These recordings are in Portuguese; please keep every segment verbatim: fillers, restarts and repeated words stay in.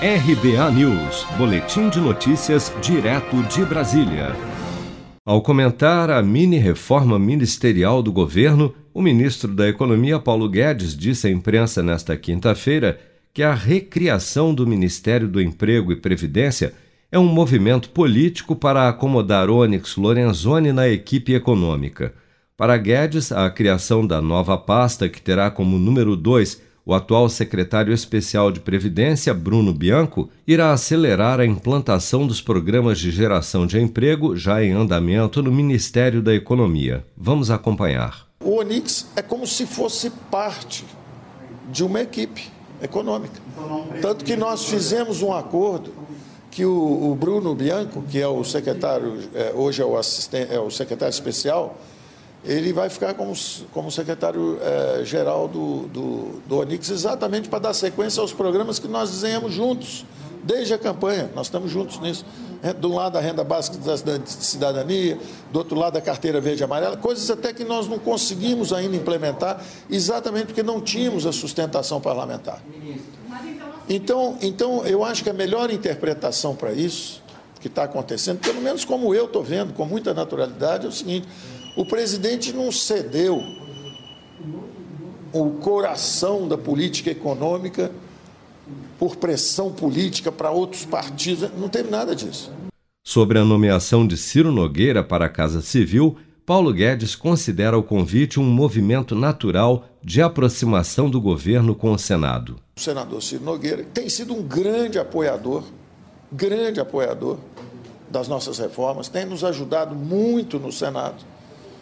R B A News, boletim de notícias direto de Brasília. Ao comentar a mini-reforma ministerial do governo, o ministro da Economia, Paulo Guedes, disse à imprensa nesta quinta-feira que a recriação do Ministério do Emprego e Previdência é um movimento político para acomodar Onyx Lorenzoni na equipe econômica. Para Guedes, a criação da nova pasta, que terá como número dois o atual secretário especial de Previdência, Bruno Bianco, irá acelerar a implantação dos programas de geração de emprego já em andamento no Ministério da Economia. Vamos acompanhar. O Onyx é como se fosse parte de uma equipe econômica. Tanto que nós fizemos um acordo que o, o Bruno Bianco, que é o secretário, é, hoje é o, assistente, é o secretário especial, ele vai ficar como, como secretário-geral é, do, do, do Onyx, exatamente para dar sequência aos programas que nós desenhamos juntos, desde a campanha. Nós estamos juntos nisso. De um lado, a renda básica da cidadania, do outro lado, a carteira verde e amarela, coisas até que nós não conseguimos ainda implementar, exatamente porque não tínhamos a sustentação parlamentar. Então, então eu acho que a melhor interpretação para isso, que está acontecendo, pelo menos como eu estou vendo, com muita naturalidade, é o seguinte: o presidente não cedeu o coração da política econômica por pressão política para outros partidos, não teve nada disso. Sobre a nomeação de Ciro Nogueira para a Casa Civil, Paulo Guedes considera o convite um movimento natural de aproximação do governo com o Senado. O senador Ciro Nogueira tem sido um grande apoiador, grande apoiador das nossas reformas, tem nos ajudado muito no Senado.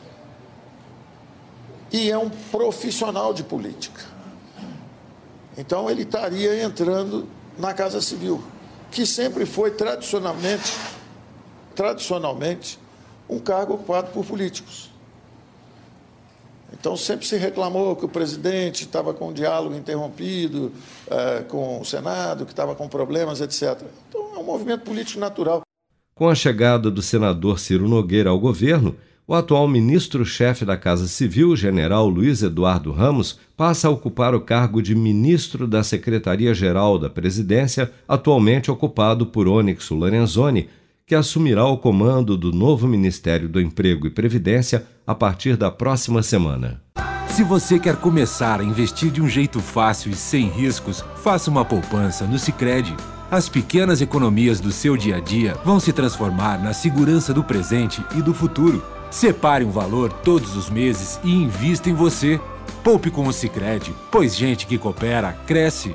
E é um profissional de política. Então, ele estaria entrando na Casa Civil, que sempre foi, tradicionalmente, tradicionalmente um cargo ocupado por políticos. Então, sempre se reclamou que o presidente estava com um diálogo interrompido eh, com o Senado, que estava com problemas, etcétera. Então, é um movimento político natural. Com a chegada do senador Ciro Nogueira ao governo, o atual ministro-chefe da Casa Civil, general Luiz Eduardo Ramos, passa a ocupar o cargo de ministro da Secretaria-Geral da Presidência, atualmente ocupado por Onyx Lorenzoni, que assumirá o comando do novo Ministério do Emprego e Previdência a partir da próxima semana. Se você quer começar a investir de um jeito fácil e sem riscos, faça uma poupança no Sicredi. As pequenas economias do seu dia a dia vão se transformar na segurança do presente e do futuro. Separe um valor todos os meses e invista em você. Poupe com o Sicredi, pois gente que coopera, cresce.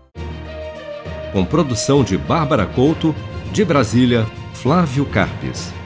Com produção de Bárbara Couto, de Brasília, Flávio Carpes.